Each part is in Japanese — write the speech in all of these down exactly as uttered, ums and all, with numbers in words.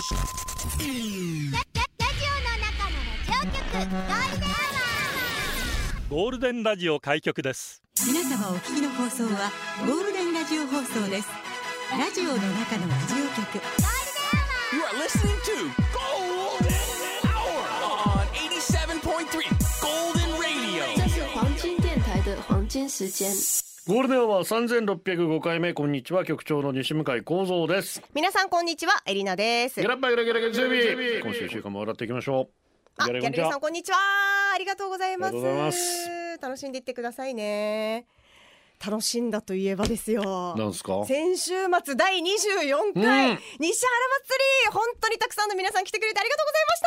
ゴールデンラジオ開局です。 皆様お聞きの放送はゴールデンラジオ放送です。ラジオの中のラジオ局 You are listening to Golden Hour on エイティセブンポイントスリー Golden Radio。 这是黄金電台的黄金時間。 ゴールデンはさんぜんろっぴゃくごかいめ。こんにちは、局長の西向井光三です。 皆さんこんにちは、エリナです。 ゲラッパゲラゲラ月曜日、今週いっしゅうかんも笑っていきましょう。 あ、ギャルリーさんこんにちは、ありがとうございます。 ありがとうございます。 楽しんでいってくださいね。楽しんだといえばですよ、 なんすか。 先週末だいにじゅうよんかい、うん、西原祭り、本当にたくさんの皆さん来てくれてありがとうございました。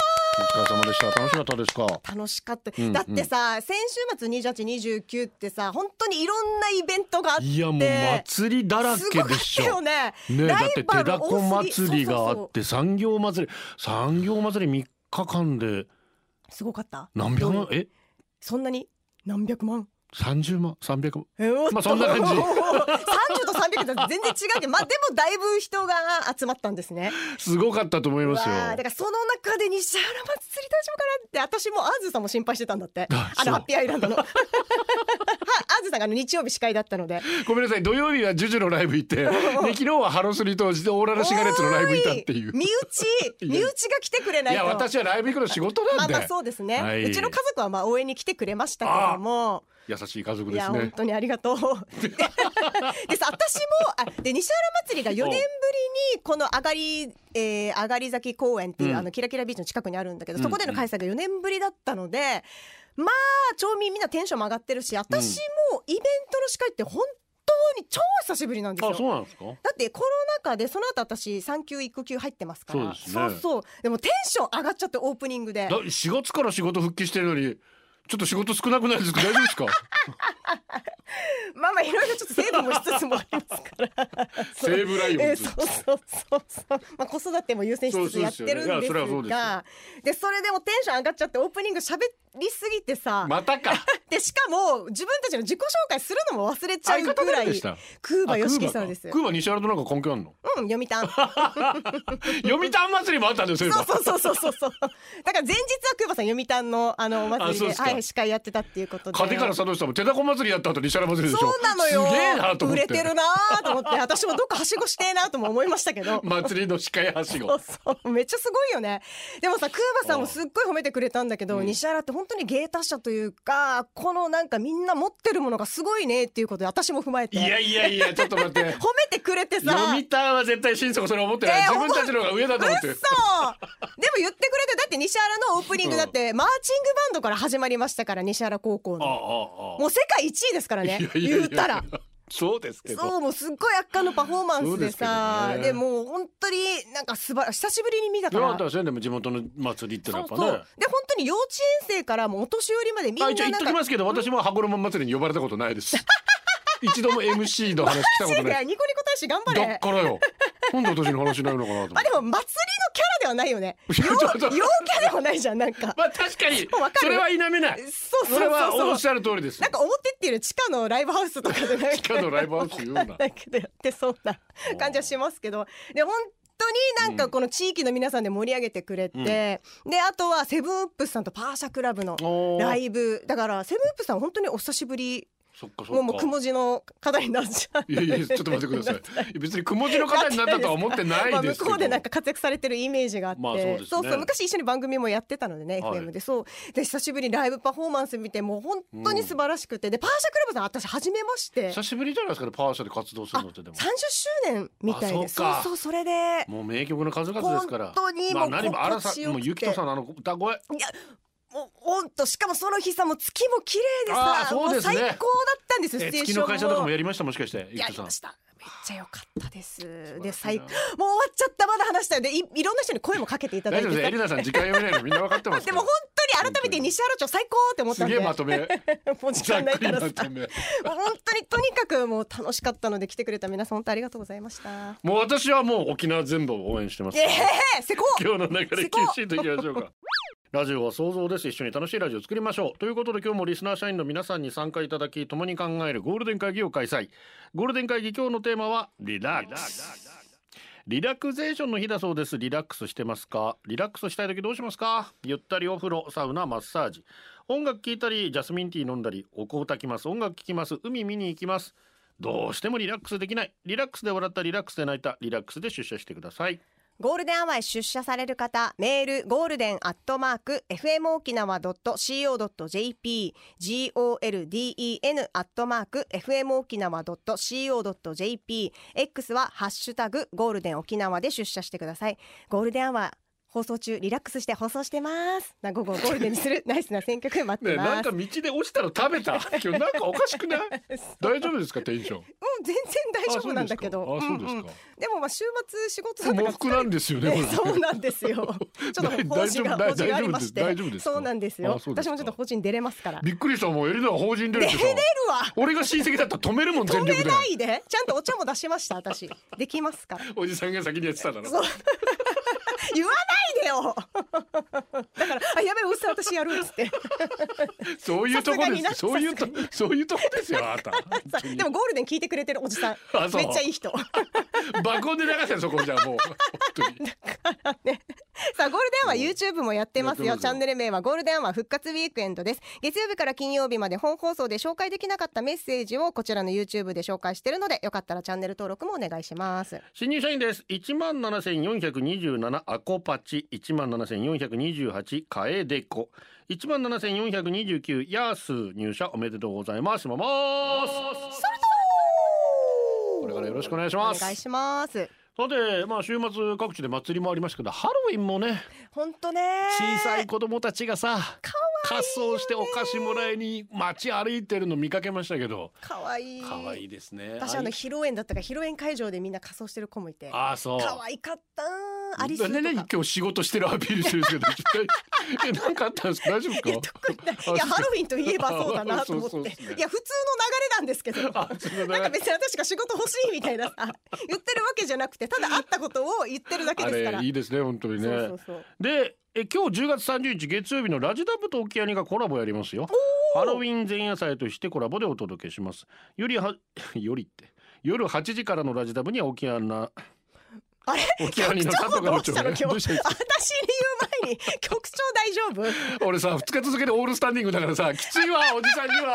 お疲れ様でした。楽しかったですか。 楽しかった、うんうん、だってさ、先週末にじゅうはち、にじゅうきゅうってさ、本当にいろんなイベントがあって、 いやもう祭りだらけでしょ。すごかったよね。ね、だって手だこ祭りがあって、産業祭り産業祭りみっかかんですごかった。何百万、えそんなに何百万、さんじゅうまん、さんびゃくまん、えー、まあそんな感じ。さんじゅうとさんびゃくって全然違うけど、まあでもだいぶ人が集まったんですね。すごかったと思いますよ。だからその中で西原祭り大丈夫かなって、私もアーズさんも心配してたんだって。あのハッピーアイランドのアーズさんがあの日曜日司会だったので。ごめんなさい、土曜日はジュジュのライブ行って、ね、昨日はハロスリとオーラルシガレッツのライブいたっていう。身内身内が来てくれないと。いや私はライブ行くの仕事なんで。まあまあそうですね、はい、うちの家族はまあ応援に来てくれましたけども、優しい家族ですね。いや本当にありがとう。でさ、私もあで西原祭りがよねんぶりにこの上がり、えー、上がり崎公園っていう、うん、あのキラキラビーチの近くにあるんだけど、そこでの開催がよねんぶりだったので、まあ町民みんなテンションも上がってるし、私もイベントの司会って本当に超久しぶりなんですよ。あ、そうなんですか。だってコロナ禍でその後私産休育休入ってますから。そうですね。そうそう。でもテンション上がっちゃって、オープニングでだしがつから仕事復帰してるのにちょっと仕事少なくないですか。大丈夫ですか。まあまあいろいろちょっとセーブもしつつもありますからセーブライオンズ、えー、そうそうそうそう、まあ、子育ても優先しつつやってるんですが、そでそれでもテンション上がっちゃって、オープニング喋りすぎてさ、またかでしかも自分たちの自己紹介するのも忘れちゃうぐらい。クーバよしきさんです。クーバ西原となんか関係あるの。うん、読谷読谷祭りもあったんですよ。そうそうそうそうそうそう。だから前日はクーバさん読谷のあのお祭りで、はい、司会やってたっていうことで、金から佐藤さんも手だこ祭りやった後西原祭りでしょ。そうなのよ。すげえなと思って、売れてるなと思って、私もどっかはしごしてえなとも思いましたけど祭りの司会はしご、そうそう、めっちゃすごいよね。でもさ、クーバさんもすっごい褒めてくれたんだけど、うん、西原って本当に芸達者というか、このなんかみんな持ってるものがすごいねっていうことで、私も踏まえて、いやいやいやちょっと待って褒めてくれてさ、読谷は絶対心底それ思ってない、えー、自分たちの方が上だと思ってる。そうでも言ってくれて、だって西原のオープニングだって、うん、マーチングバンドから始まりましたから、西原高校の。ああああ、もう世界一位ですからね。いやいやいや言ったらそうですけど、そう、もうすっごい圧巻のパフォーマンスでさ、 で, でもう本当になんか素晴ら久しぶりに見たから。よかったですね。でも地元の祭りってのはやっぱね。そうそうで本当に幼稚園生からもうお年寄りまでみんななんか、あ、一応言っときますけど、私も羽衣祭りに呼ばれたことないです一度も エムシー の話来たことない。ニコニコ大使頑張れ。だからよ、なんで私の話ないのかなと思って。あ、でも祭りのキャラではないよね。陽キャではないじゃん、なんか。まあ確かにそれは否めない。そうそうそうそう、それはおっしゃる通りです。なんか表っていうより地下のライブハウスとかで地下のライブハウス言うなだけどやってそうな感じはしますけど、で本当になんかこの地域の皆さんで盛り上げてくれて、うん、であとはセブンウップスさんとパーシャクラブのライブだから、セブンウップスさん本当にお久しぶり。そっかそっか、もうもうくも字の方になっちゃう。いやいやちょっと待ってください別にくも字の方になったとは思ってないですけど、まあ向こうでなんか活躍されてるイメージがあって、まあ そうですね、そうそう、昔一緒に番組もやってたのでね、はい、エフエム で。そうで久しぶりにライブパフォーマンス見て、もう本当に素晴らしくて、うん、でパーシャクラブさん私初めまして。久しぶりじゃないですかね、パーシャで活動するのって。でもさんじゅっしゅうねんみたいで、そうそう、それでもう名曲の数々ですから、本当にもう心地よくて、まあ、何も新さんもうゆきとさんのあの歌声、いやもうほんと、しかもその日さ、もう月も綺麗でさ、そうですね、もう最高だったんですよ。ステーションも月の会社とかもやりました。もしかしてやりました。めっちゃ良かったです。で最もう終わっちゃった。まだ話したよ。で い, いろんな人に声もかけていただいて、大丈夫です。エリナさん時間読めないのみんな分かってますでも本当に改めて西原町最高って思ったんで、すげえまとめもう時間ないからさ、もう本当にとにかくもう楽しかったので、来てくれた皆さん本当ありがとうございました。もう私はもう沖縄全部応援してます。ええー、せこ今日の流れ厳しいといきましょうかラジオは想像です。一緒に楽しいラジオを作りましょう。ということで今日もリスナー社員の皆さんに参加いただき、共に考えるゴールデン会議を開催。ゴールデン会議、今日のテーマはリラックス。 リラクゼーションの日だそうです。リラックスしてますか？リラックスしたい時どうしますか？ゆったりお風呂、サウナ、マッサージ、音楽聴いたり、ジャスミンティー飲んだり、お香炊きます、音楽聴きます、海見に行きます。どうしてもリラックスできない。リラックスで笑った、リラックスで泣いた、リラックスで出社してください。 ゴールデンアワーへ出社される方、メールゴールデンアットマーク エフエム 沖縄 ドット シーオー ドット ジェーピー ゴールデン アットマーク エフエム 沖縄 ドット シーオー ドット ジェーピー X はハッシュタグゴールデン沖縄で出社してください。ゴールデンアワー放送中リラックスして放送してますな。午後ゴールデンにするナイスな選曲待ってます、 ね、なんか道で落ちたら食べた今日なんかおかしくない大丈夫ですかテンション。うん全然大丈夫なんだけど。 あそうですか、うんうん、 でもまあ週末仕事だったから喪服なんですよね。 ねそうなんですよちょっと法人が法人がありまして大丈夫ですか。 そうなんですよ。私もちょっと法人出れますから。 びっくりした。もうエリナは法人出るってさ。 出れるわ。 俺が親戚だったら止めるもん全力で。 止めないで。ちゃんとお茶も出しました私。できますから。 おじさんが先にやってただろ。 そう言わないでよだからあやべえうっさ私やるっつってそういうとこですそういうとそういうとこですよあなたでもゴールデン聞いてくれてるおじさんめっちゃいい人爆音で流せそこじゃもう本当にだからね。さあゴールデンは YouTube もやってますよ。チャンネル名はゴールデンは復活ウィークエンドです。月曜日から金曜日まで本放送で紹介できなかったメッセージをこちらの YouTube で紹介しているのでよかったらチャンネル登録もお願いします。 新入社員です。 いちまんななせんよんひゃくにじゅうなな アコパチ、 いちまんななせんよんひゃくにじゅうはち カエデコ、 いちまんななせんよんひゃくにじゅうきゅうヤース入社おめでとうございます。まますこれからよろしくお願いします。 お願いします。 さて、まあ、週末各地で祭りもありましたけどハロウィンもね本当ね小さい子供たちがさ仮装してお菓子もらいに街歩いてるの見かけましたけどかわいい。 かわいいですね。 私あの披露宴だったから披露宴会場でみんな仮装してる子もいてあそうかわいかったアリスとか、 ねね、今日仕事してるアピールしてるんですけどえなんかあったんですか大丈夫ですか。いや特にないいやハロウィンといえばそうだなと思ってそうそうそう、ね、いや普通の流れなんですけどなんか別に私が仕事欲しいみたいなさ言ってるわけじゃなくてただあったことを言ってるだけですから。 あれいいですね本当にね。 そうそうそうでえ今日じゅうがつさんじゅうにち月曜日のラジダブとオキアニがコラボやりますよ。ハロウィン前夜祭としてコラボでお届けします。よりはよりって夜はちじからのラジダブにはオキアナあれオキアニの佐藤がどうしたの今日私に言う前に局長大丈夫俺さふつか続けてオールスタンディングだからさきついわおじさんに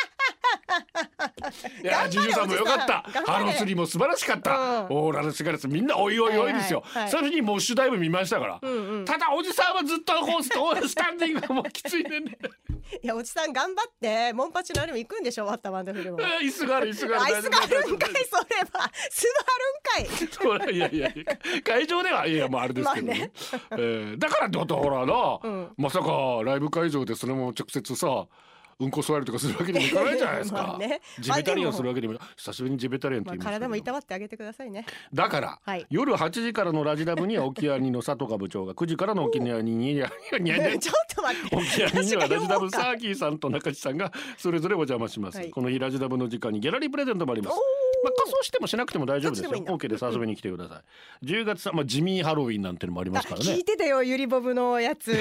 はいやジュジュさんもよかったハロースリーも素晴らしかった、うん、オーラルシガレスみんなおいおいおいですよ、はいはいはい、最初にモッシュダイブ見ましたから、うんうん、ただおじさんはずっとホースとオールスタンディングがもうきついねんねいやおじさん頑張ってモンパチのあれも行くんでしょ。ワッタワンダフルも椅子がある椅子がある椅子があるんかいそれは座るんかいいやいやいや会場ではいやもうあれですけどね、まあねえー、だからってことはほらな、うん、まさかライブ会場でそれも直接さうんこ座るとかするわけにもいかないじゃないですか、まあね、ジベタリアンするわけにも久しぶりにジベタリアンって言いましたけど、まあ、 体もいたわってあげてくださいね。 だから、はい、夜はちじからのラジラブには沖アニの佐藤部長がくじからの沖縄ににやにゃにゃちょっと待って沖アニにはラジラブサーキーさんと中地さんがそれぞれお邪魔します、はい、この日ラジラブの時間にギャラリープレゼントもあります。まあ、仮装してもしなくても大丈夫ですよ。 OK です。遊びに来てください、うん、じゅうがつさん、まあ、ジミーハロウィンなんてのもありますからね。 聞いてたよゆりボブのやつ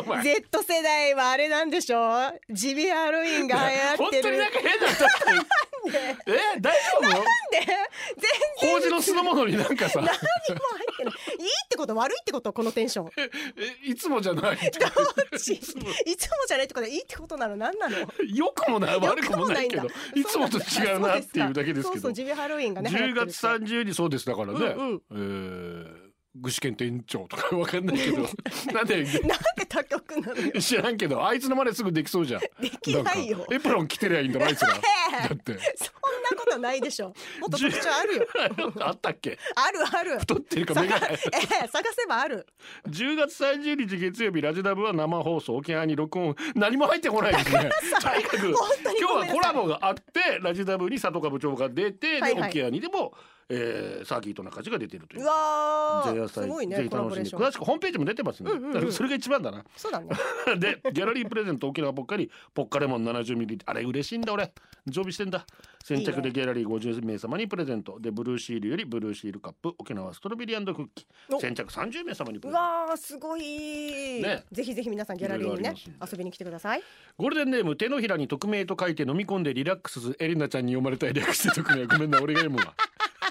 Z 世代はあれなんでしょジミーハロウィンが流行ってる本当になんか変だったなんでえ大丈夫なんで全然麹の酢の物になんかさ何も入ってないいいってこと悪いってことこのテンションええいつもじゃないどっちいつもじゃないってことはいいってことなの何なのよくもない悪くもないけどいつもと違うなっていうだけですけどそうそうジミーハロウィンがねじゅうがつさんじゅうにちそうですだからね、うんうんえー具志堅店長とかわかんないけどなんでなんで他局なのよ知らんけどあいつの真似すぐできそうじゃん。 できないよエプロン着てりゃいいんだろあいつらだってそんなことないでしょ。もっと特徴あるよあったっけあるある太ってるか目がええ探せばある。 じゅうがつさんじゅうにち月曜日ラジダブは生放送沖縄に録音何も入ってこないですねとにかく今日はコラボがあってラジダブに佐藤部長が出て、はいはい、で沖縄にでもえー、サーキーと中地が出てるという。 うわーすごいねぜひ楽しんで詳しくホームページも出てますね、うんうんうん、だからそれが一番だな。 そうだねでギャラリープレゼント沖縄ポッカリポッカレモン ななじゅうミリリットル あれ嬉しいんだ俺常備してんだ。先着でギャラリーごじゅうめい様にプレゼントでブルーシールよりブルーシールカップ沖縄ストロベリー&クッキー先着さんじゅうめい様にプレゼント。 うわーすごい、ね、ぜひぜひ皆さんギャラリーにね遊びに来てください。 ゴールデンネーム手のひらに匿名と書いて飲み込んでリラックスエリナちゃんに読まれたい略して匿名ごめんな俺が読むわ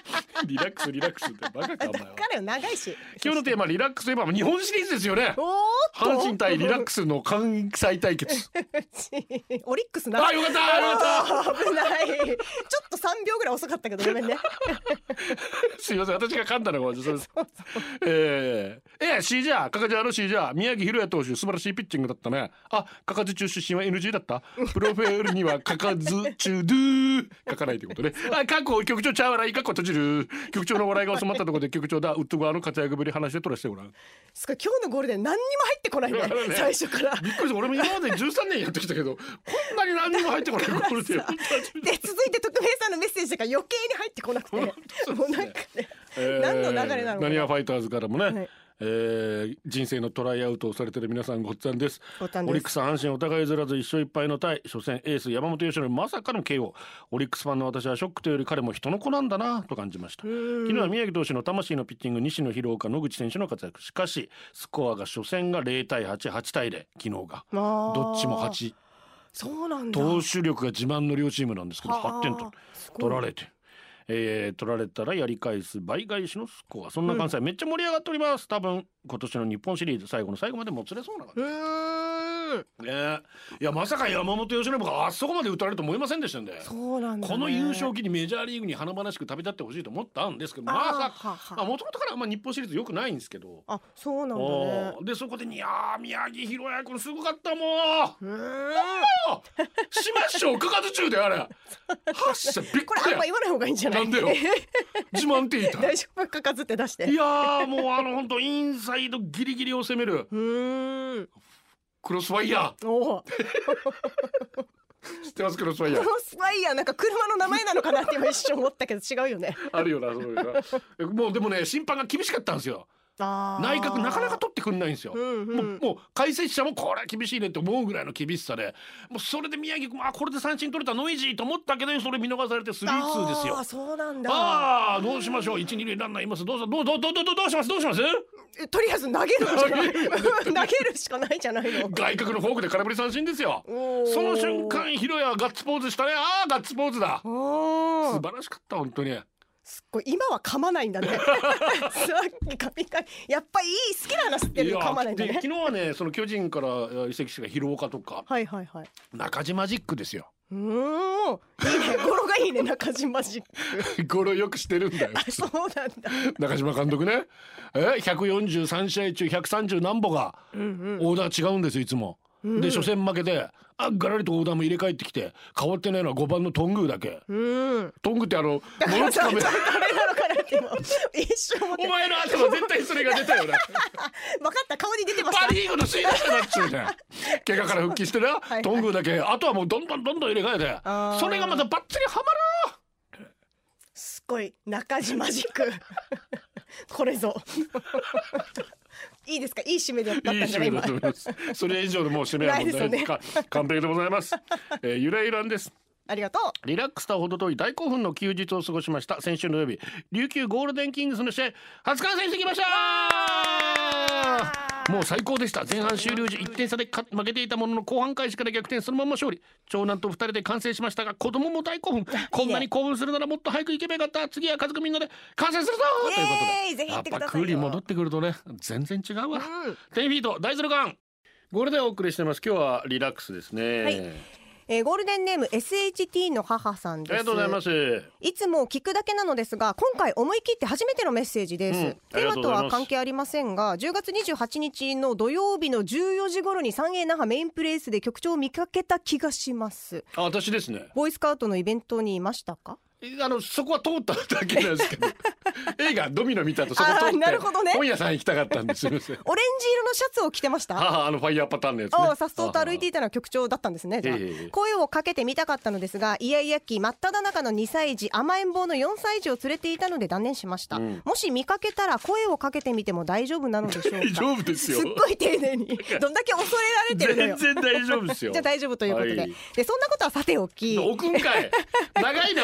リラックスリラックスってバカかお前は。 彼は長いし。 今日のテーマリラックスといえば日本シリーズですよね。阪神対リラックスの関西対決オリックスな。 あ、よかったよかった。 危ない。ちょっとさんびょうぐらい遅かったけどごめんねすいません、私が噛んだのがそうです。えー、えー、シージャーカカジャーのシージャー宮城宏也投手素晴らしいピッチングだったね。あ、カカズ中出身は エヌジー だった。プロフィールにはカカズ中ドゥ書かないということね。あ、過去局長チャー笑い過去閉じる。局長の笑いが収まったところで局長だウッド側の活躍ぶり話で取らせてごらん。 すごい、今日のゴールデン何にも入ってこないね、ね最初からびっくりした。俺も今までじゅうさんねんやってきたけどこんなに何にも入ってこないゴールデンで、 続いて匿名さんのメッセージが余計に入ってこなくて、ね、もうなんかね、えー、何の流れなのかな。 なにわファイターズからもね、はい、えー、人生のトライアウトをされている皆さんごっつぁんです。オリックス阪神お互いずらずいっしょういっぱいのタイ。初戦エース山本由伸まさかの ケーオー。 オリックスファンの私はショックというより彼も人の子なんだなと感じました。昨日は宮城投手の魂のピッチング、西野広岡野口選手の活躍。しかしスコアが初戦がゼロたいはち、はちたいゼロ、昨日がどっちもはち。 そうなんだ。 投手力が自慢の両チームなんですけどはってんと取られて、えー、取られたらやり返す倍返しのスコア。そんな関西、うん、めっちゃ盛り上がっております。多分今年の日本シリーズ最後の最後までもつれそうな感じ。うーん、ね、いやまさか山本由伸があそこまで打たれると思いませんでしたんで。 そうなんだ、ね、 この優勝を機にメジャーリーグに華々しく旅立ってほしいと思ったんですけど、まさかもともとからまあ日本シリーズ良くないんですけど。 あ、そうなんだね。 でそこでいや宮城宏也君すごかったもう。うーんしましょうかかず中であれはっしゃびっくり。 これあんま言わない方がいいんじゃない。 なんでよ自慢って言った大丈夫かかずって出して。 いやもうあの本当インサイドギリギリを攻めるうーんクロスファイヤー。お知ってます？クロスファイヤー。 クロスファイヤーなんか車の名前なのかなって今一瞬思ったけど違うよね。 あるよなそういうなもうでもね審判が厳しかったんですよ。内角なかなか取ってくんないんですよ、うんうん、もう、もう解説者もこれは厳しいねって思うぐらいの厳しさで、もうそれで宮城君あこれで三振取れたノイジーと思ったけどそれ見逃されてスリーツーですよ。 あ、そうなんだ。 ああどうしましょう。一二塁ランナーいます。どうぞどうどうどうどうどうしますどうしますとりあえず投げるしかない投げるしかないじゃないの。 外角のフォークで空振り三振ですよ。その瞬間広谷ガッツポーズしたね。ああガッツポーズだ。素晴らしかった本当に。 すっごい今は噛まないんだねさっき噛みかやっぱりいい好きな話してる噛まないんだね。 昨日はねその巨人から移籍した広岡とか、 はいはいはい、 中島ジックですよ。 うーんいいね語呂がいいね中島ジック語呂よくしてるんだよ。 あそうなんだ。 中島監督ねえひゃくよんじゅうさんしあい中ひゃくさんじゅう何歩が、うんうん、オーダー違うんですよいつも。で初戦負けであガラリとオーダーも入れ替えてきて変わってないのはごばんのトングーだけ。うんトングってあのものつかめ誰なのかなって今一瞬思ってお前の頭絶対それが出たよな分かった顔に出てました。 パリーグの首位打者だっちゅうじゃん怪我から復帰してなはい、はい、トングーだけあとはもうどんどんどんどん入れ替えてそれがまたバッチリハマる。 すっごい中島ジックこれぞいいですかいい締めだったんじゃない。いい締めだと思いますそれ以上のもう締めはもう大ですか、ね、完璧でございます、えー、ゆらゆらんです。 ありがとう。 リラックスとほど遠い大興奮の休日を過ごしました。先週の土曜日琉球ゴールデンキングスの試合初観戦してきました。もう最高でした。前半終了時いってん差で負けていたものの後半開始から逆転そのまま勝利。長男とふたりで観戦しましたが子供も大興奮。こんなに興奮するならもっと早く行けばよかった。次は家族みんなで観戦するぞということでやっぱクーリー戻ってくるとね全然違うわ、うん、テンフィート大ゼロガンゴールデンお送りしてます。今日はリラックスですね、はいえー、ゴールデンネーム エスエイチティー の母さんです。 ありがとうございます。 いつも聞くだけなのですが今回思い切って初めてのメッセージです、うん、テーマとは関係ありませんがじゅうがつにじゅうはちにちの土曜日のじゅうよじ頃に三栄那覇メインプレイスで局長を見かけた気がします。 あ私ですね。 ボーイスカウトのイベントにいましたか。 あのそこは通っただけなんですけど映画ドミノ見たとそこ通ってなるほど、ね、 本屋さん行きたかったんですよ。オレンジ色のシャツを着てました。 はあのファイヤーパターンのやつね。 さっそうと歩いていたのは局長だったんですね。じゃあ、えー、声をかけてみたかったのですがイヤイヤ期真っ只中のにさい児甘えん坊のよんさい児を連れていたので断念しました、うん、もし見かけたら声をかけてみても大丈夫なのでしょうか。 大丈夫ですよ。 すっごい丁寧にどんだけ恐れられてるのよ。 全然大丈夫ですよ。 じゃあ大丈夫ということで、はい、でそんなことはさておき置くんかい長いな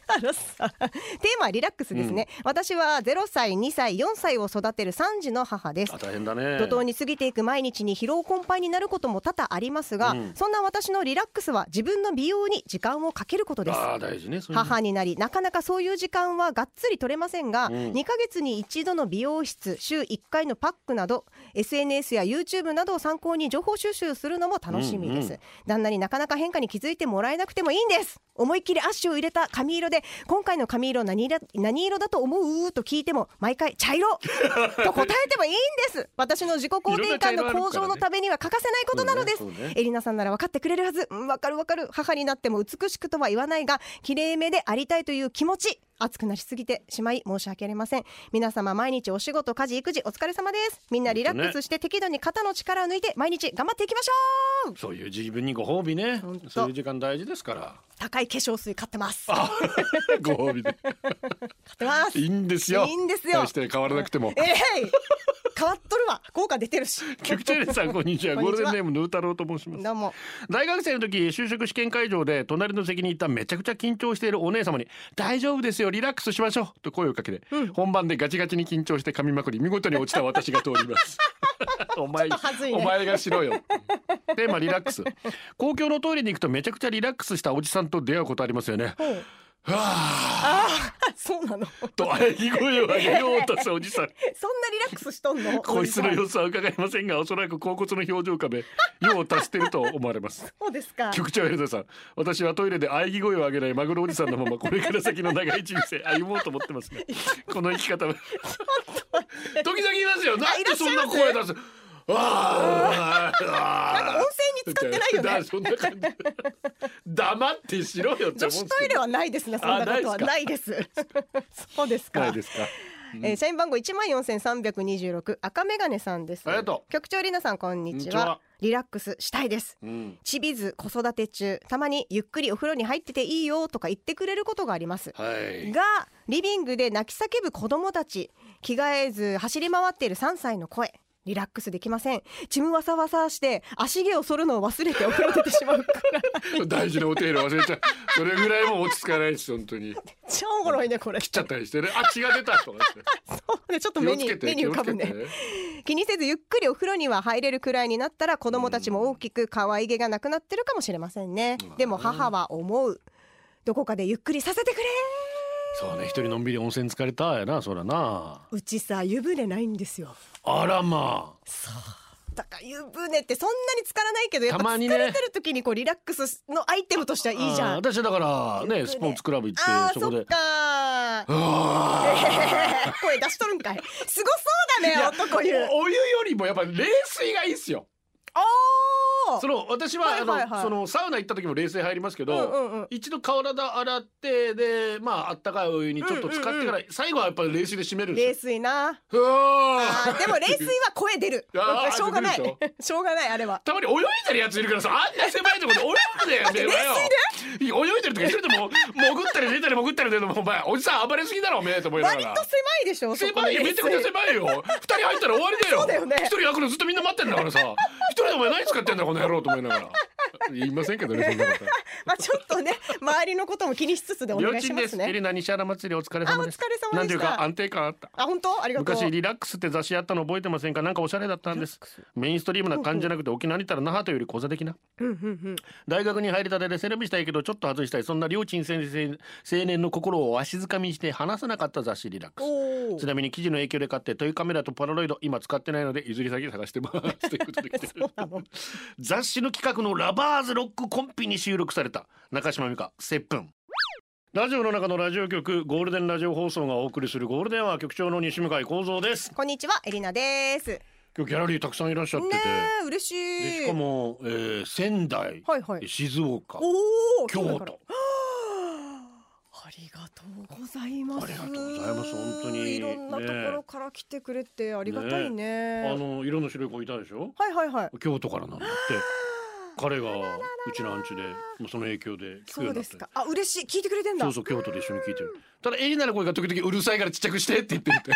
あのさテーマはリラックスですね、うん、私はゼロさいにさいよんさいを育てるさん児の母です。 あ、大変だね。 怒涛に過ぎていく毎日に疲労困憊になることも多々ありますが、うん、そんな私のリラックスは自分の美容に時間をかけることです。 あ、大事ね。 母になりなかなかそういう時間はがっつり取れませんが、うん、にかげつに一度の美容室、週いっかいのパックなど エスエヌエス や YouTube などを参考に情報収集するのも楽しみです、うんうん、旦那になかなか変化に気づいてもらえなくてもいいんです。思いっきりアッシュを入れた髪色で、今回の髪色 何, 何色だと思うと聞いても毎回茶色と答えてもいいんです。私の自己肯定感の向上のためには欠かせないことなのです。ねね、エリナさんなら分かってくれるはず。うん、分かる分かる。母になっても美しくとは言わないが、綺麗めでありたいという気持ち、熱くなりすぎてしまい申し訳ありません。皆様毎日お仕事、家事、育児お疲れ様です。みんなリラックスして適度に肩の力を抜いて毎日頑張っていきましょう。 そういう自分にご褒美ね。そういう時間大事ですから。 高い化粧水買ってます。 ご褒美で買ってます。 いいんですよ。 いいんですよ。 大して変わらなくても。 えー、変わっとるわ。効果出てるし。 局長さんこんにちは。ゴールデンネームヌー太郎と申します。 どうも。 大学生の時就職試験会場で隣の席にいためちゃくちゃ緊張しているお姉様に、大丈夫ですよ、リラックスしましょうと声をかけて、うん、本番でガチガチに緊張して噛みまくり見事に落ちた私が通りますお前、ね、お前がしろよ。テーマリラックス。公共のトイレに行くとめちゃくちゃリラックスしたおじさんと出会うことありますよね。はあ、そうなのと喘ぎ声を上げようとすおじさん。 そんなリラックスしとんの？ こいつの様子は伺いませんが、おそらく甲骨の表情壁用を足していると思われます。 そうですか。 局長エルダさん、私はトイレで喘ぎ声を上げないマグロおじさんのままこれから先の長い人生歩もうと思ってますね。この生き方は時々言いますよ。なんでそんな声出す？ああ、 なんか温泉に使ってないよね。 そんな感じ。黙ってしろよって思うんですけど。 女子トイレはないですね。そんなことはないです。そうですか。 ないですか。 うん、えー、社員番号 いちまんよんせんさんびゃくにじゅうろく、赤メガネさんです。 ありがとう。 局長リナさんこんにちは。リラックスしたいです、うん、ちびず子育て中、たまにゆっくりお風呂に入ってていいよとか言ってくれることがあります、はい、がリビングで泣き叫ぶ子供たち、着替えず走り回っているさんさいの声、リラックスできません。血むわさわさして足毛を剃るのを忘れてお風呂出てしまうから大事なお手入れ忘れちゃう。それぐらいも落ち着かないです、本当に。 超おもろいねこれ。 切っちゃったりしてね、あ、血が出たとかってそうね、ちょっと目に目に浮かぶね。気にせずゆっくりお風呂には入れるくらいになったら子供たちも大きく可愛げがなくなってるかもしれませんね。でも母は思う、どこかでゆっくりさせてくれ。 そうね、一人のんびり温泉疲れたやな、そらな。 うちさ湯船ないんですよ。 あらまあ。 そうだから湯船ってそんなに浸からないけど、やっぱ疲れてる時にこうリラックスのアイテムとしてはいいじゃん。 私だからね、スポーツクラブ行って、そこで。 そっか、えー、声出しとるんかい。すごそうだね男湯。 お湯よりもやっぱ冷水がいいっすよ。あその私は、はいはいはい、あのそのサウナ行った時も冷水入りますけど、うんうんうん、一度体洗ってで、まああったかいお湯にちょっと使ってから、うんうんうん、最後はやっぱり冷水で締めるんですよ。 冷水な。あでも冷水は声出る。しょうがない。しょうがない、あれは。 たまに泳いでるやついるからさ、あんな狭いところで泳いでるよ。冷水で泳いでる時一人でも潜ったり出たり潜ったり出ても、お前おじさん暴れすぎだろおめえと思いながら。 割と狭いでしょ。 狭いよ、めちゃくちゃ狭いよ。二人入ったら終わりだよ。 そうだよね。 一人開くのずっとみんな待ってんだからさ、一人でお前何使ってんだこの野郎と思いながら。言いませんけどね、そんなこと。 まあちょっとね、周りのことも気にしつつでお願いしますね。 エリナ西原祭りお疲れ様です。 あ、お疲れ様でした。 なんていうか安定感あった。 あ、本当？ありがとう。 昔リラックスって雑誌あったの覚えてませんか？なんかおしゃれだったんです。メインストリームな感じじゃなくて、沖縄にいたら那覇というより小座的な、うんうんうん、大学に入りたてで背伸びしたいけどちょっと外したい、そんな両親先生青年の心をわしづかみにして離さなかった雑誌リラックス。ちなみに記事の影響で買ってトイカメラとパラロイド今使ってないので譲り先探してますということで来てる雑誌の企画のラバーズロックコンピに収録された中島美嘉接吻。ラジオの中のラジオ局、ゴールデンラジオ放送がお送りするゴールデンは局長の西向井光三です。 こんにちは、エリナです。 今日ギャラリーたくさんいらっしゃってて、ね、 嬉しい。 でしかも、えー、仙台、はいはい、静岡、京都。 ありがとうございます。 ありがとうございます。本当にいろんなところから来てくれてありがたいね。 ね、あの色の白い子いたでしょ。 はいはいはい。 京都からなんだって。彼がうちのアンチで、その影響で聞くようになって。そうですか。 あ、嬉しい。聞いてくれてんだ。 そうそう、京都で一緒に聞いてる。ただエリナの声が時々うるさいからちっちゃくしてって言ってるって。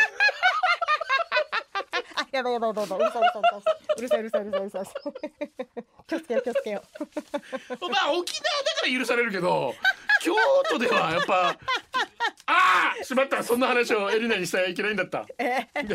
あ、やばいやばいやばい、うるさいうるさいうるさいうるさいうるさいうるさい。気をつけよう気をつけよう。 まあ沖縄だから許されるけど、 京都ではやっぱああしまった、そんな話をエリナにしたらいけないんだった。 えー、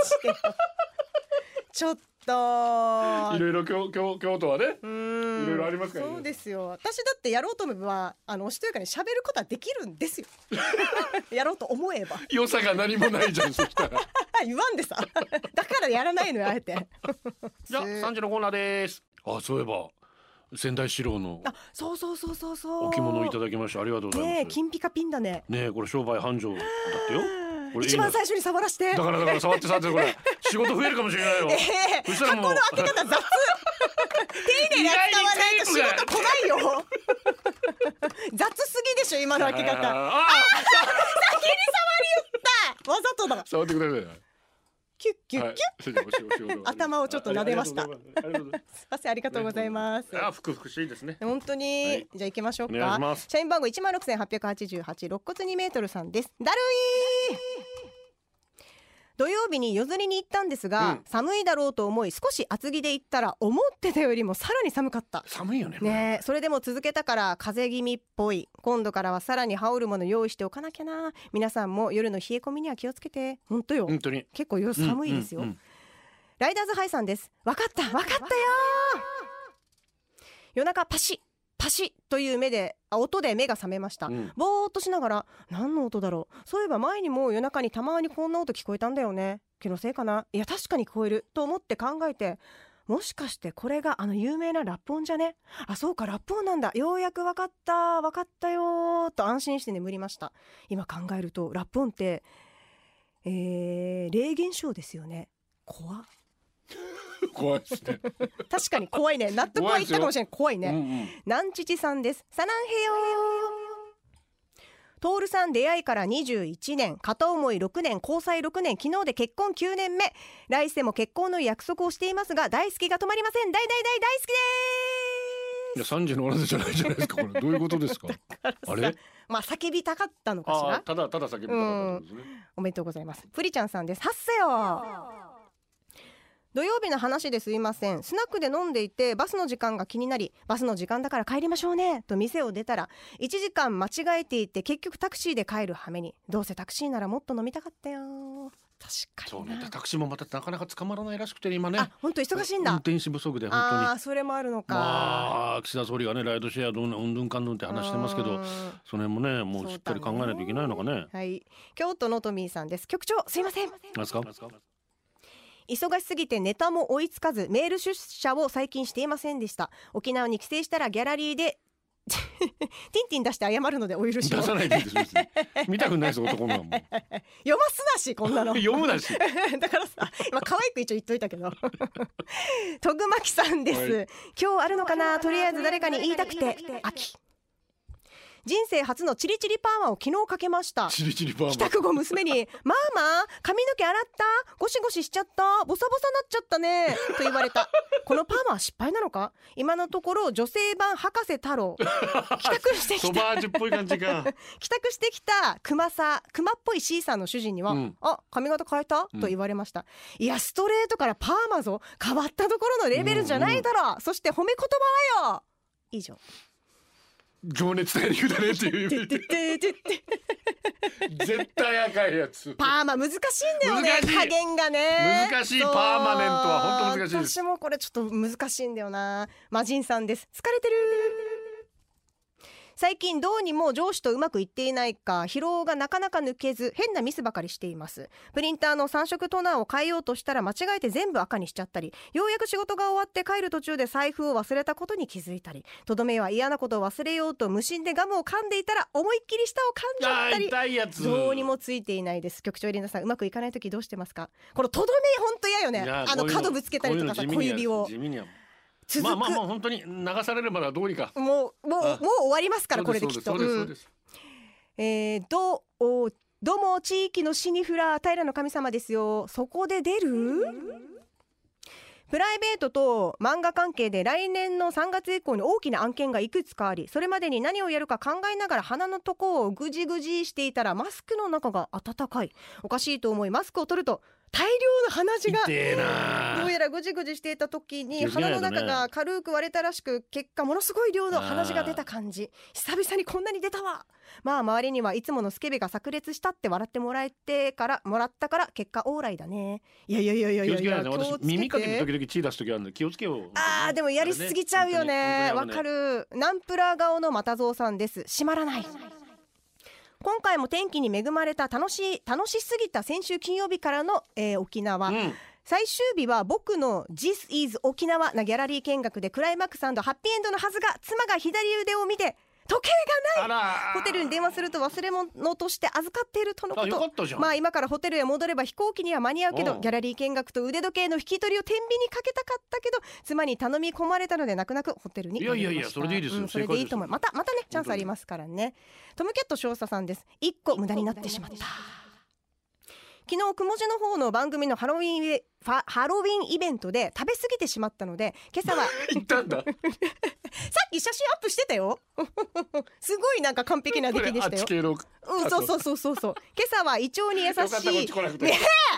ちょっといろいろ 京, 京, 京都はねいろいろありますからね。 そうですよ。私だってやろうと思えばあのおしとやかに喋ることはできるんですよやろうと思えば。 良さが何もないじゃんそしたら言わんでさだからやらないのよあえてじゃあさんじのコーナーです。あ、そういえば仙台四郎のあ、そうそうそうそうそう置物をいただきました。ありがとうございます。 ねえ、金ピカピンだね。 ねえ、これ商売繁盛だってよ。 一番最初に触らして。 だからだから触って触ってこれ仕事増えるかもしれないよ。 えー、そしたらもう箱の開け方雑丁寧に扱わないと仕事来ないよ雑すぎでしょ今の開け方。ああ、先に触りよったわざとだ。 触ってください。 キュッキュッキュッ、はい、頭をちょっと撫でました。すいません、ありがとうございます。 あ、ふくふくしいですね。 本当に、はい、じゃあ行きましょうか。 お願いします。 社員番号一万六千八百八十八、肋骨二メートルさんです。だるい。土曜日に夜釣りに行ったんですが、うん、寒いだろうと思い少し厚着で行ったら思ってたよりもさらに寒かった。 寒いよね。 ねえ、それでも続けたから風邪気味っぽい。今度からはさらに羽織るもの用意しておかなきゃな。皆さんも夜の冷え込みには気をつけて。本当よ。 本当に結構夜寒いですよ。うんうんうん、ライダーズハイさんです。わかったわかったよ。夜中パシッパシッという目で音で目が覚めました、うん、ぼーっとしながら何の音だろう、そういえば前にも夜中にたまにこんな音聞こえたんだよね、気のせいかな、いや確かに聞こえると思って考えて、もしかしてこれがあの有名なラップ音じゃね、あ、そうかラップ音なんだ、ようやく分かった分かったよと安心して眠りました。今考えるとラップ音って、えー、霊現象ですよね。怖っ怖いですね確かに怖いね。納得はいったかもしれない。怖いね。うんうん、なんちちさんです。サナンヘヨー。トールさん出会いからにじゅういちねん、片思いろくねん、交際ろくねん、昨日で結婚きゅうねんめ。来世も結婚の約束をしていますが大好きが止まりません。大大大大好きです。 いやさんじのあなたじゃないじゃないですか。これどういうことですかあれ、 まあ叫びたかったのかしら。 ただただ叫びたかったんですね。 おめでとうございます。プリちゃんさんです。はっせよ。土曜日の話ですいません。スナックで飲んでいてバスの時間が気になり、バスの時間だから帰りましょうねと店を出たらいちじかん間違えていて結局タクシーで帰る羽目に。どうせタクシーならもっと飲みたかったよ。確かにな。 そうね、タクシーもまたなかなか捕まらないらしくて今ね。 あ、本当忙しいんだ。 運転手不足で本当に。 あ、それもあるのか。 まあ岸田総理がねライドシェアどんなうんぬんかんぬんって話してますけど、その辺もねもうしっかり考えないといけないのかね。 はい、京都のトミーさんです。局長すいません。 何ですか。 忙しすぎてネタも追いつかずメール出社を最近していませんでした。沖縄に帰省したらギャラリーでティンティン出して謝るのでお許しを。 出さないでいいです別に見たくないです男の子も読ますなしこんなの読むなしだからさ今可愛く一応言っといたけどとぐまきさんです、はい、今日あるのかな、とりあえず誰かに言いたくて。秋人生初のチリチリパーマを昨日かけました。 チリチリパーマ。 帰宅後娘にマーマ髪の毛洗った、ゴシゴシしちゃった、ボサボサなっちゃったねと言われた。このパーマは失敗なのか。今のところ女性版博士太郎。帰宅してきたソバージュっぽい感じか帰宅してきたクマさクマっぽい C さんの主人には、うん、あ、髪型変えた、うん、と言われました。いやストレートからパーマぞ、変わったところのレベルじゃないだろう、うんうん、そして褒め言葉はよ。以上。 情熱大陸だねっていう絶対赤いやつ。 パーマ難しいんだよね、加減がね。 難しい。パーマネントは本当難しいです。 私もこれちょっと難しいんだよな。マジンさんです。疲れてる。最近どうにも上司とうまくいっていないか疲労がなかなか抜けず変なミスばかりしています。プリンターのさん色トナーを変えようとしたら間違えて全部赤にしちゃったり、ようやく仕事が終わって帰る途中で財布を忘れたことに気づいたり、とどめは嫌なことを忘れようと無心でガムを噛んでいたら思いっきり舌を噛んじゃったり、 痛いやつ。 どうにもついていないです。局長エリナさん、うまくいかない時どうしてますか。このとどめほんと嫌よね。あの角ぶつけたりとかさ、小指を続く。まあまあまあ本当に流されればどうにかもうもうもう終わりますから、これできっと。そうですそうです。えー、どおどうも地域のシニフラ平の神様ですよ。そこで出るプライベートと漫画関係で来年のさんがつ以降に大きな案件がいくつかあり、それまでに何をやるか考えながら鼻のとこをぐじぐじしていたらマスクの中が暖かい。おかしいと思いマスクを取ると大量の鼻血が痛えな。 どうやらぐじぐじしていた時に鼻の中が軽く割れたらしく、結果ものすごい量の鼻血が出た感じ。久々にこんなに出たわ。まあ周りにはいつものスケベが炸裂したって笑ってもらえてからもらったから結果オーライだね。いやいやいやいやいや、 気をつけないね。私耳かけて時々血出す時あるんで気をつけよう。 あーでもやりすぎちゃうよね。わ、ね、かる。ナンプラー顔の又蔵さんです。閉まらない。今回も天気に恵まれた楽しい楽しすぎた先週金曜日からの、えー、沖縄、うん、最終日は僕の This is 沖縄なギャラリー見学でクライマックス&ハッピーエンドのはずが、妻が左腕を見て時計がない。ホテルに電話すると忘れ物として預かっているとのこと。 あ、よかったじゃん。 まあ今からホテルへ戻れば飛行機には間に合うけど、ギャラリー見学と腕時計の引き取りを天秤にかけたかったけど、妻に頼み込まれたので泣く泣くホテルに戻りました。 いやいやいや、それでいいですよ、 うん、それでいいと思う。またまたねチャンスありますからね。トムキャット少佐さんです。いっこ無駄になってしまった。昨日くもじの方の番組のハロウィンハロウィンイベントで食べ過ぎてしまったので、今朝は行ったんださっき写真アップしてたよすごいなんか完璧な出来でしたよ。うん、そうそうそうそうそう。今朝は胃腸に優しいね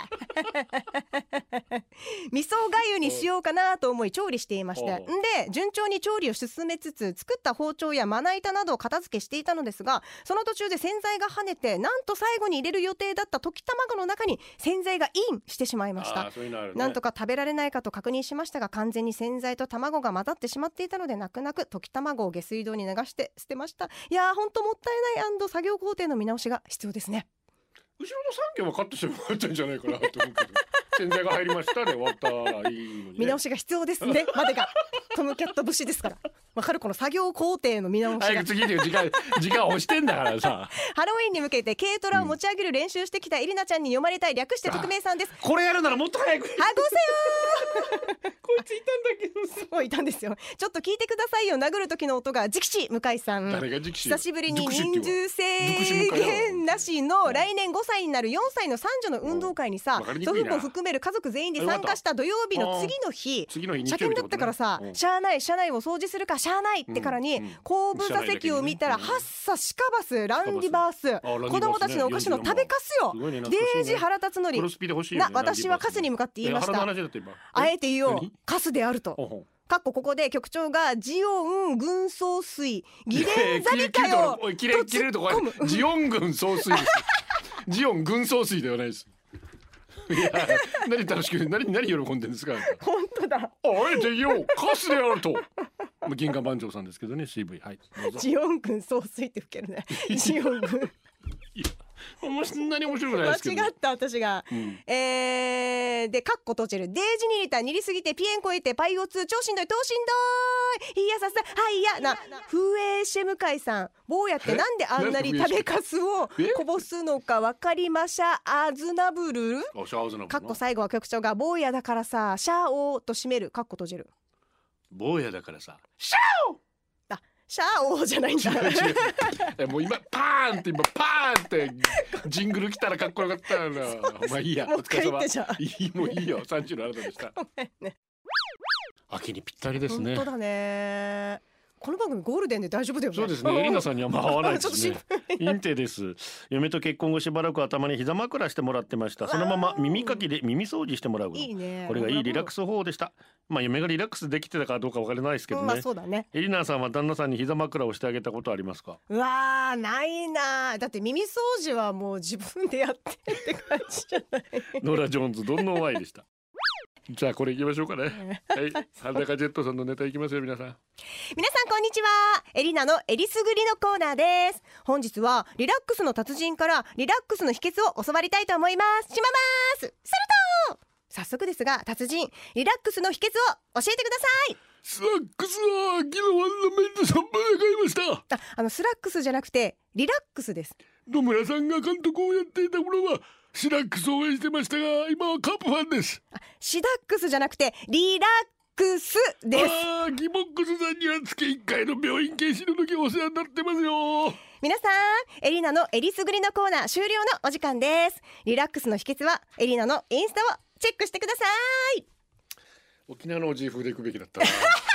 味噌がゆにしようかなと思い調理していました。んで順調に調理を進めつつ、作った包丁やまな板などを片付けしていたのですが、その途中で洗剤が跳ねて、なんと最後に入れる予定だった溶き卵の中に洗剤がインしてしまいました。ね、なんとか食べられないかと確認しましたが、完全に洗剤と卵が混ざってしまっていたので、泣く泣く溶き卵を下水道に流して捨てました。いやーほんともったいない。作業工程の見直しが必要ですね。 後ろのさんけんはカットしてもらったんじゃないかなと思うけど洗剤が入りましたで終わったらいいのに、ね、 見直しが必要ですねまでがトムキャット節ですから。わかる、この作業工程の見直しが。 早く次で時間時間押してんだからさハロウィンに向けて軽トラを持ち上げる練習してきたエリナちゃんに読まれたい、略して匿名さんです。 これやるならもっと早くはごせよこいついたんだけどさそういたんですよ。ちょっと聞いてくださいよ。殴る時の音が直視。向井さん、 誰が直視？ 久しぶりに人数制限なしの来年ごさいになるよんさいの三女の運動会にさ、祖父母含める家族全員で参加した土曜日の次の日、 次の日車検だったからさ、しゃあない車内を掃除するかしゃあないってからに、後部座席を見たらハッサシカバスランディバース、子供たちのお菓子の食べかすよ。デージ腹立つのにな、私はカスに向かって言いました。あえて言おう、カスであると。かっこここで局長がジオン軍総帥ギレンザリカよと突っ込む。ジオン軍総帥ですジオン軍総帥ではないです。いや何楽しく何何喜んでるんですか。 本当だ。 あえて言おう、カスであると。銀河万丈さんですけどね、 シーブイ。はい、 ジオン軍総帥って吹けるねジオン軍いやそんなに面白くないですけど。 間違った私が、うん、えー、でカッコ閉じる。デージにリタ煮りすぎてピエン超えてパイオツ超しんどい、超しんどい。いやささはいやな風営シェ向井さん、坊やってなんであんなに食べかすをこぼすのかわかりましゃあずなぶる。カッコ最後は局長が坊やだからさシャーオーと締める。カッコ閉じる。 坊やだからさシャーオー、 シャーオーじゃないんだ。 違う違うもう今パーンって今パーンってジングル来たらかっこよかったな。まあいいや、 もう一回言ってじゃあ。 いいもういいよ、さんじゅうのあなたでした。 ごめんね。 秋にぴったりですね。 本当だね。この番組ゴールデンで大丈夫だよね。 そうですね。エリナさんにはまあ合わないですね。インテです。嫁と結婚後しばらく頭に膝枕してもらってました。そのまま耳かきで耳掃除してもらう。 いいね。 これがいいリラックス法でした。まあ嫁がリラックスできてたかどうかわからないですけどね。 まあそうだね。 エリナさんは旦那さんに膝枕をしてあげたことありますか。 うわーないな。だって耳掃除はもう自分でやってって感じじゃない。 ノーラ・ジョーンズどんのワイでした。じゃあこれ行きましょうかね。はい、裸ジェットさんのネタ行きますよ皆さん。 皆さんこんにちは。エリナのエリスグリのコーナーです。本日はリラックスの達人からリラックスの秘訣を教わりたいと思います。しまます。すると早速ですが達人、リラックスの秘訣を教えてください。 スラックスは昨日あんなメンズさんまで買いました。 あ、あのスラックスじゃなくてリラックスです。 野村さんが監督をやっていた頃はシダックスを応援してましたが、今はカープファンです。 あ、シダックスじゃなくてリラックスです。 ああ、ギボックスさんには月いっかいの病院検診の時お世話になってますよ。 皆さん、エリナのエリスグリのコーナー終了のお時間です。リラックスの秘訣はエリナのインスタをチェックしてください。 沖縄のおじい風で行くべきだったな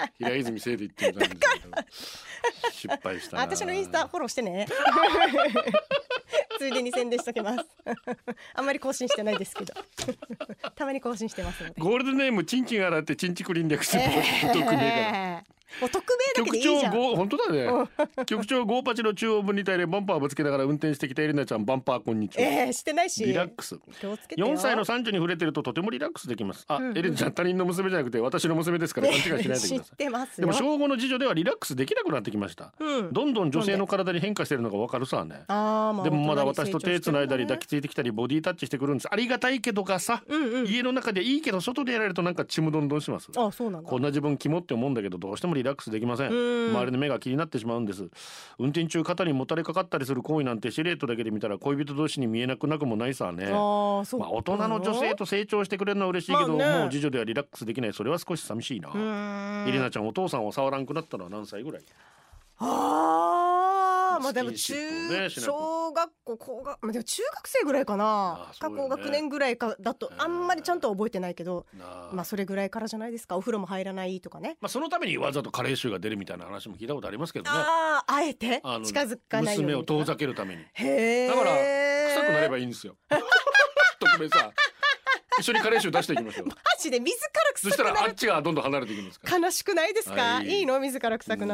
平泉せいで言ってみたんですけど失敗したな。 私のインスタフォローしてねついでに宣伝しときますあんまり更新してないですけどたまに更新してますので。 ゴールデンネームチンチン洗ってチンチクリン略する、えー、匿名からもう匿名だけでいいじゃん。 局長本当だね局長ゴーパチの中央分離帯でバンパーをぶつけながら運転してきたエリナちゃん、バンパーこんにちは。 えー、してないしリラックス。 気をつけてよ。 よんさいの三女に触れてるととてもリラックスできます。あ、 うんうん、 エリナちゃん他人の娘じゃなくて私の娘ですから勘違いしないでください、 知ってますよ。 でも小ごの次女ではリラックスできなくなってきました、うん、どんどん女性の体に変化してるのが分かるさね。あ、まあ、でもまだ私と手つないだり抱きついてきたりボディタッチしてくるんです。ありがたいけどがさ、うんうん、家の中でいいけど外でやられるとなんかちむどんどんします。 あ、そうなんだ。 こんな自分キモって思うんだけどどうしてもリラックスできません。周りの目が気になってしまうんです。運転中肩にもたれかかったりする行為なんてシルエットだけで見たら恋人同士に見えなくなくもないさね。あ、そう、まあ、大人の女性と成長してくれるのは嬉しいけど、まあね、もう次女ではリラックスできない。それは少し寂しいな。エリナちゃんお父さんを触らんくなったのは何歳ぐらい？ あー、まあでも中、ね、小学校高学、まあ、でも中学生ぐらいかな、ね、高学年ぐらいかだとあんまりちゃんと覚えてないけど、まあそれぐらいからじゃないですか。お風呂も入らないとかね、 まあ、そのためにわざと加齢臭が出るみたいな話も聞いたことありますけどね。 ああ、あえて近づかないように娘を遠ざけるために。 へー、 だから臭くなればいいんですよ特別さ一緒に加齢臭出していきましょうマジで自ら臭くなる。 そしたらあっちがどんどん離れていきますから。 悲しくないですか、はい、いいの自ら臭くなって、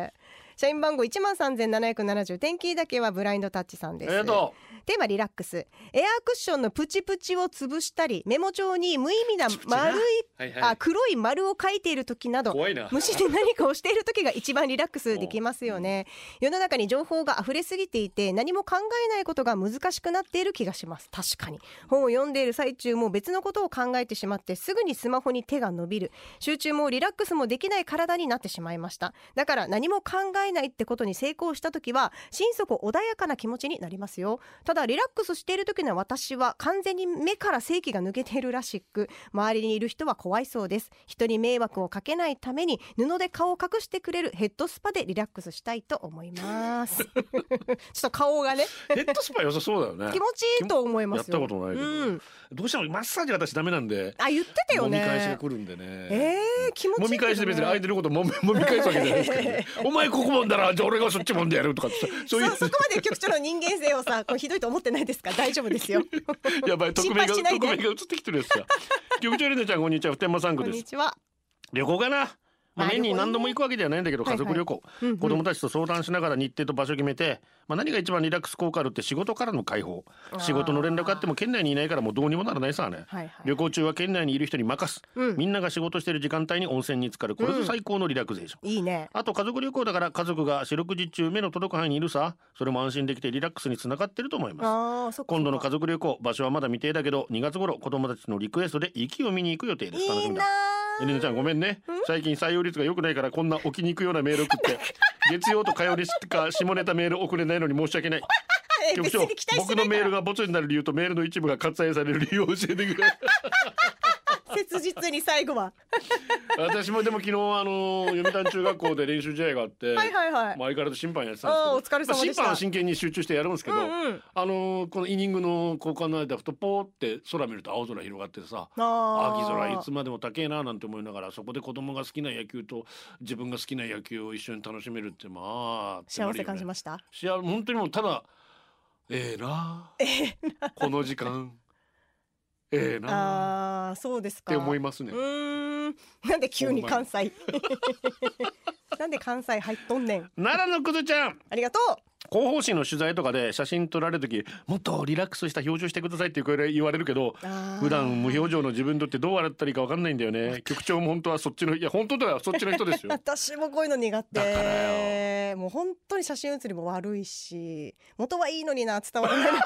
うん、社員番号 いちまんさんぜんななひゃくななじゅう、天気だけはブラインドタッチさんです。 えーとテーマリラックス。エアクッションのプチプチを潰したり、メモ帳に無意味な丸いはいはい、あ黒い丸を書いている時など、 怖いな無視で何かをしている時が一番リラックスできますよね。世の中に情報が溢れすぎていて何も考えないことが難しくなっている気がします。確かに本を読んでいる最中も別のことを考えてしまってすぐにスマホに手が伸びる。集中もリラックスもできない体になってしまいました。だから何も考えないってことに成功した時は心底穏やかな気持ちになりますよ。ただリラックスしている時の私は完全に目から精気が抜けているらしく、周りにいる人は怖いそうです。人に迷惑をかけないために布で顔を隠してくれるヘッドスパでリラックスしたいと思いますちょっと顔がねヘッドスパ良さそうだよね。 気持ちいいと思いますよ。 やったことないけど、うん、どうしてもマッサージ私ダメなんで。 あ、言ってたよね。 揉み返しが来るんでね。 えー、気持ちいい、ね、 揉み返しで別に相手のことも揉み返すわけじゃないですからねお前ここもんだらじゃあ俺がそっちもんでやるとかそういう そ, そこまで局長の人間性をさこうひどいと思ってないですか。大丈夫ですよやばい、匿名が匿名が映ってきてるやつか局長エレナちゃんこんにちは、普天間産区です。 こんにちは。 旅行かな、まあ、年に何度も行くわけではないんだけど、家族旅行、はいはい、子供たちと相談しながら日程と場所決めて、まあ、何が一番リラックス効果あるって仕事からの解放。仕事の連絡あっても県内にいないからもうどうにもならないさね、はいはい、旅行中は県内にいる人に任す、うん、みんなが仕事してる時間帯に温泉に浸かる。これぞ最高のリラクゼーション、 うん、いいね。 あと家族旅行だから家族が四六時中目の届く範囲にいるさ。それも安心できてリラックスにつながってると思います。今度の家族旅行、場所はまだ未定だけどにがつ頃子供たちのリクエストで雪を見に行く予定です。楽しみだ。エレナちゃんごめんね、最近採用率が良くないからこんな置きに行くようなメール送って月曜と火曜日しか下ネタメール送れないのに申し訳ない局長、僕のメールがボツになる理由とメールの一部が割愛される理由を教えてくれ切実に最後は私もでも昨日あの読谷中学校で練習試合があってはいはい、はい、まあ、相変わらず審判やってたんですけど、 お疲れ様でした。まあ、 審判は真剣に集中してやるんですけど、うんうん、あのこのイニングの交換の間ふとポーって空見ると青空広がってさ、あ秋空いつまでも高えななんて思いながら、そこで子供が好きな野球と自分が好きな野球を一緒に楽しめるってまあ幸せ感じました。 幸せ、本当にもうただええー、なえー、なこの時間ええー、なあ、そうですかって思いますね。 うーん、なんで急に関西なんで関西入っとんねん。 奈良のくずちゃんありがとう。 広報誌の取材とかで写真撮られるときもっとリラックスした表情してくださいって言われるけど、普段無表情の自分にとってどう笑ったらいいか分かんないんだよね。局長も本当はそっちの、いや本当だよ、そっちの人ですよ私もこういうの苦手だからよ。 もう本当に写真写りも悪いし元はいいのにな、伝わらない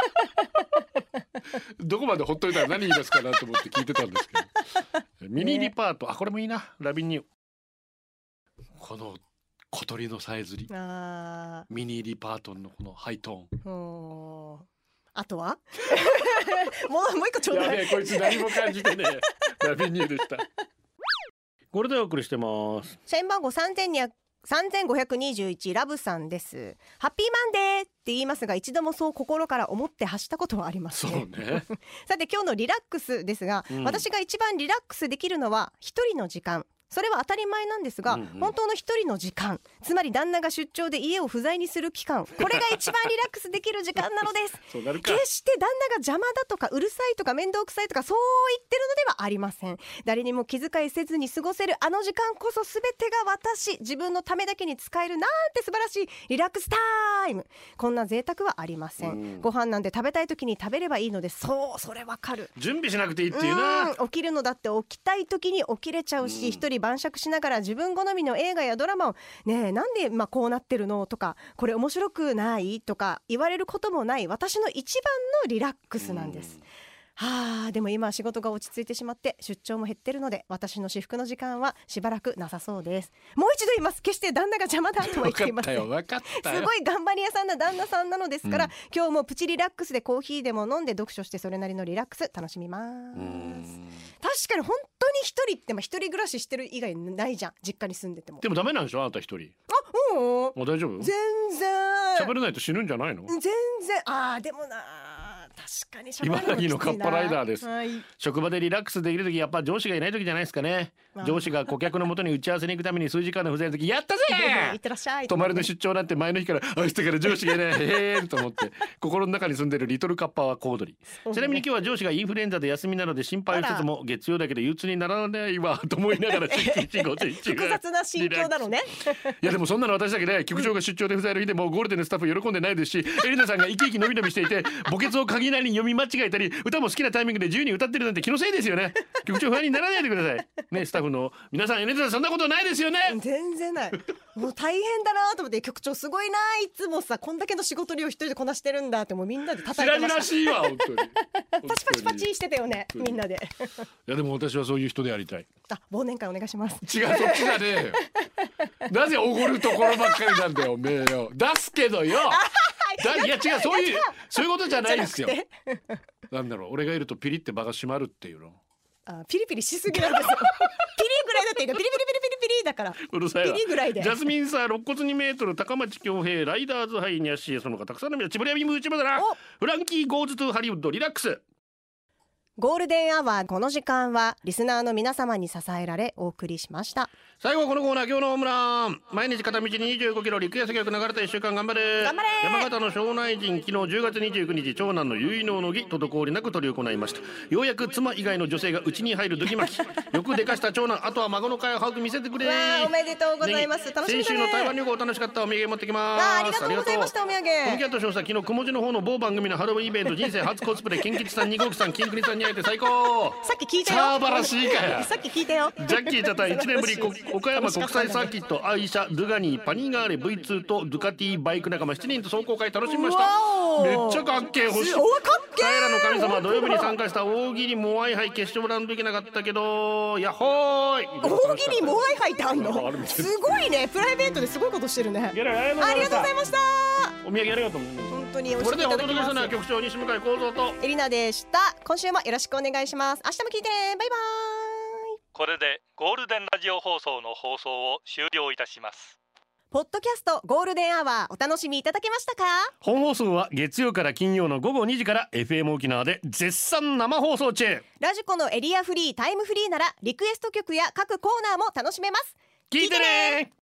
どこまでほっといたら何言い出すかなと思って聞いてたんですけどミニリパート、ね、あこれもいいな。ラビニューこの小鳥のさえずり、あミニリパートンのこのハイトーン、 おあとはもうもう一個ちょうだい。 やべえこいつ何も感じてねラビニューでした。これでお送りしてます。 社員番号さんぜんごひゃくにじゅういちラブさんです。ハッピーマンデーって言いますが一度もそう心から思って発したことはありません。 そうねさて今日のリラックスですが、うん、私が一番リラックスできるのは一人の時間、 それは当たり前なんですが、うんうん、本当の一人の時間、つまり旦那が出張で家を不在にする期間、これが一番リラックスできる時間なのですそうなるか。 決して旦那が邪魔だとかうるさいとか面倒くさいとかそう言ってるのではありません。誰にも気遣いせずに過ごせるあの時間こそ全てが私自分のためだけに使えるなんて素晴らしいリラックスタイム。こんな贅沢はありません、うん、ご飯なんて食べたい時に食べればいいのです。そうそれわかる。 準備しなくていいっていうな。 うん、起きるのだって起きたい時に起きれちゃうし、うん、一人晩酌しながら自分好みの映画やドラマをねえなんでまあこうなってるのとかこれ面白くないとか言われることもない私の一番のリラックスなんです。はあ、でも今仕事が落ち着いてしまって出張も減ってるので私の至福の時間はしばらくなさそうです。もう一度言います。決して旦那が邪魔だとは言っていません。 分かったよ。 すごい頑張り屋さんな旦那さんなのですから、うん、今日もプチリラックスでコーヒーでも飲んで読書してそれなりのリラックス楽しみます。確かに本当に一人ってまあ一人暮らししてる以外ないじゃん。実家に住んでても。 でもダメなんでしょあなた一人。 あ、うん、 もう大丈夫？ 全然喋れないと死ぬんじゃないの？ 全然。あーでもな確かに今柳のカッパライダーです、 はい、 職場でリラックスできるときやっぱ上司がいないときじゃないですかね。上司が顧客の元に打ち合わせに行くために数時間の不在のときやったぜいってらっしゃい泊まりの出張なんて前の日から明日から上司がいないへーと思って心の中に住んでるリトルカッパは小躍り。ちなみに今日は上司がインフルエンザで休みなので心配をしつつも月曜だけで憂鬱にならないわと思いながら出勤午前中複雑な心境だろうねいやでもそんなの私だけで局長が出張で不在の日でもゴールデンのスタッフ喜んでないですしエリナさんが生き生き伸び伸びしていて墓穴を鍵なりに読み間違えたり歌も好きなタイミングで自由に歌ってるなんて気のせいですよね。局長不安にならないでくださいね。スタッフの皆さんエリナさんそんなことないですよね。 全然ない。もう大変だなと思って局長すごいないつもさこんだけの仕事量一人でこなしてるんだってもうみんなで叩いてました。 知らしいわ本当にパチパチパチしてたよねみんなでいやでも私はそういう人でありたい。 あ忘年会お願いします。 違うそっちだねなぜおごるところばっかりなんだよ名誉出すけどよだいや違うそういうそういうことじゃないですよなんだろう俺がいるとピリって場が閉まるっていうの。 あピリピリしすぎなんですよピリぐらいだっていいの。ピリピリピリピリピリだからうるさいわ。 ピリぐらいでジャスミンサー肋骨にメートル高町恭平ライダーズハイニャッシーその他たくさんの皆チブリアビムーチブだな。フランキーゴーズトゥハリウッドリラックス。 ゴールデンアワーこの時間はリスナーの皆様に支えられお送りしました。 最後はこのコーナー今日のホームラン。毎日片道ににじゅうごキロリクエスト曲流れたいっしゅうかん頑張れ頑張れ。 山形の庄内人昨日じゅうがつにじゅうくにち長男の結納の儀滞りなく執り行いました。ようやく妻以外の女性が家に入るドキマキよくでかした長男あとは孫の会を早く見せてくれ。 おめでとうございます。楽しみだね。 先週の台湾旅行楽しかったお土産持ってきます。 あ, ありがとうございましたお土産。 コミキャット少佐昨日雲地の方の某番組のハロウィンイベント人生初コスプレケンキチさんに号機さんキンクリさんに会えて最高。 さっき聞いたよ。 サーバラシーかやさっき聞いたよ。 ジャッキーチャタンいちねんぶり岡山国際サーキット愛車ドゥガニーパニガーレ ブイツー とドゥカティバイク仲間しちにんと壮行会楽しみました。めっちゃかっけえ欲しい。 おかっけ平の神様土曜日に参加した大喜利モアイ杯決勝ラウンドできなかったけどヤッホーイ。 大喜利モアイ杯ってあんのすごいね。プライベートですごいことしてるね。ありがとうございました。 お土産ありがとう。 本当に美味しこれでおくいただきます。 届けしたのは局長西向井光三とエリナでした。今週もよろしくお願いします。明日も聞いてね。バイバイ。 これでゴールデンラジオ放送の放送を終了いたします。 ポッドキャストゴールデンアワーお楽しみいただけましたか？ 本放送は月曜から金曜のごごにじから エフエム 沖縄で絶賛生放送中。 ラジコのエリアフリータイムフリーならリクエスト曲や各コーナーも楽しめます。 聞いてね。